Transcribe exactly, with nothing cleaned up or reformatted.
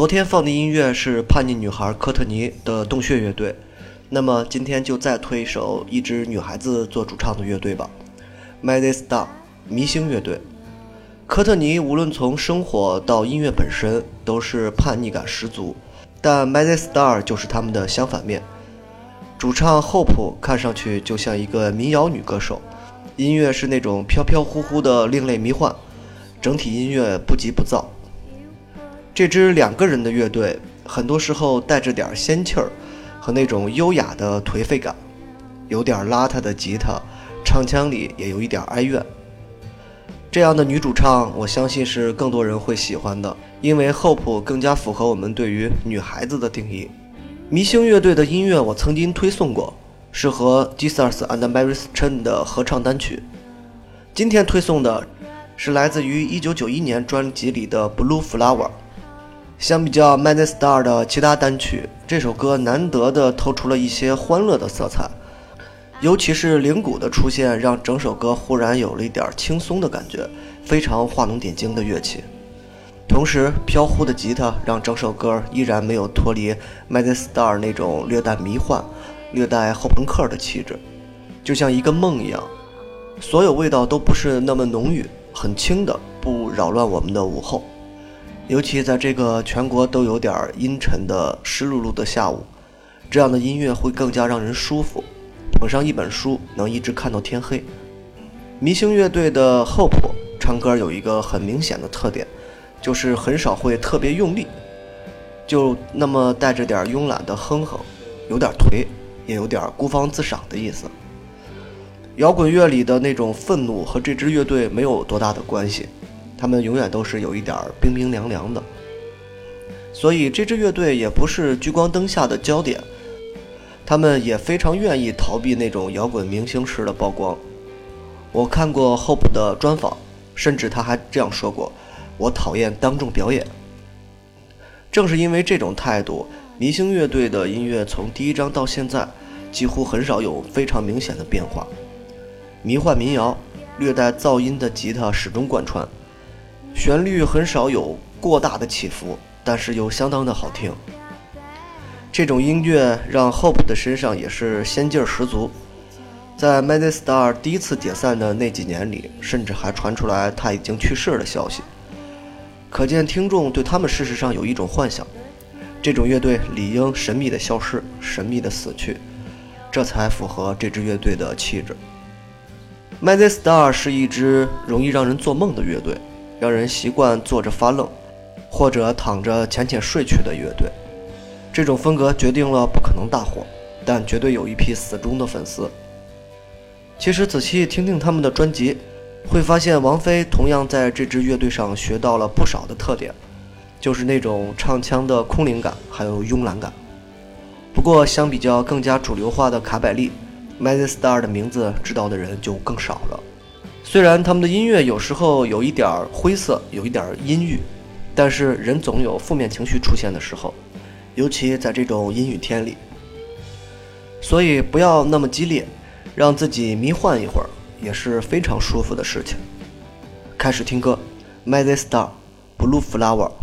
昨天放的音乐是叛逆女孩科特尼的洞穴乐队，那么今天就再推一首一支女孩子做主唱的乐队吧， Rising Star 迷星乐队。科特尼无论从生活到音乐本身都是叛逆感十足，但 Rising Star 就是他们的相反面。主唱 Hope 看上去就像一个民谣女歌手，音乐是那种飘飘忽忽的另类迷幻，整体音乐不急不躁。这支两个人的乐队很多时候带着点仙气儿和那种优雅的颓废感，有点邋遢的吉他，唱腔里也有一点哀怨。这样的女主唱我相信是更多人会喜欢的，因为 Hope 更加符合我们对于女孩子的定义。迷星乐队的音乐我曾经推送过，是和 Jesus and Mary Chain 的合唱单曲。今天推送的是来自于一九九一年专辑里的 Blue Flower。相比较 Rising Star 的其他单曲，这首歌难得的透出了一些欢乐的色彩，尤其是铃鼓的出现让整首歌忽然有了一点轻松的感觉，非常画龙点睛的乐器。同时飘忽的吉他让整首歌依然没有脱离 Rising Star 那种略带迷幻略带后朋克的气质，就像一个梦一样，所有味道都不是那么浓郁，很轻的，不扰乱我们的午后。尤其在这个全国都有点阴沉的湿漉漉的下午，这样的音乐会更加让人舒服，捧上一本书能一直看到天黑。迷星乐队的 Hope 唱歌有一个很明显的特点，就是很少会特别用力，就那么带着点慵懒的哼哼，有点颓，也有点孤芳自赏的意思。摇滚乐里的那种愤怒和这支乐队没有多大的关系，他们永远都是有一点冰冰凉凉的，所以这支乐队也不是聚光灯下的焦点，他们也非常愿意逃避那种摇滚明星式的曝光。我看过 Hope 的专访，甚至他还这样说过，我讨厌当众表演。正是因为这种态度，迷星乐队的音乐从第一张到现在几乎很少有非常明显的变化，迷幻民谣略带噪音的吉他始终贯穿，旋律很少有过大的起伏，但是又相当的好听。这种音乐让 Hope 的身上也是仙劲儿十足，在 Rising Star 第一次解散的那几年里，甚至还传出来他已经去世的消息，可见听众对他们事实上有一种幻想，这种乐队理应神秘的消失，神秘的死去，这才符合这支乐队的气质。Rising Star 是一支容易让人做梦的乐队，让人习惯坐着发愣或者躺着浅浅睡去的乐队。这种风格决定了不可能大火，但绝对有一批死忠的粉丝。其实仔细听听他们的专辑，会发现王菲同样在这支乐队上学到了不少的特点，就是那种唱腔的空灵感还有慵懒感。不过相比较更加主流化的卡百利， Rising Star 的名字知道的人就更少了。虽然他们的音乐有时候有一点灰色，有一点阴郁，但是人总有负面情绪出现的时候，尤其在这种阴雨天里。所以不要那么激烈，让自己迷幻一会儿也是非常舒服的事情。开始听歌， Rising Star Blue Flower。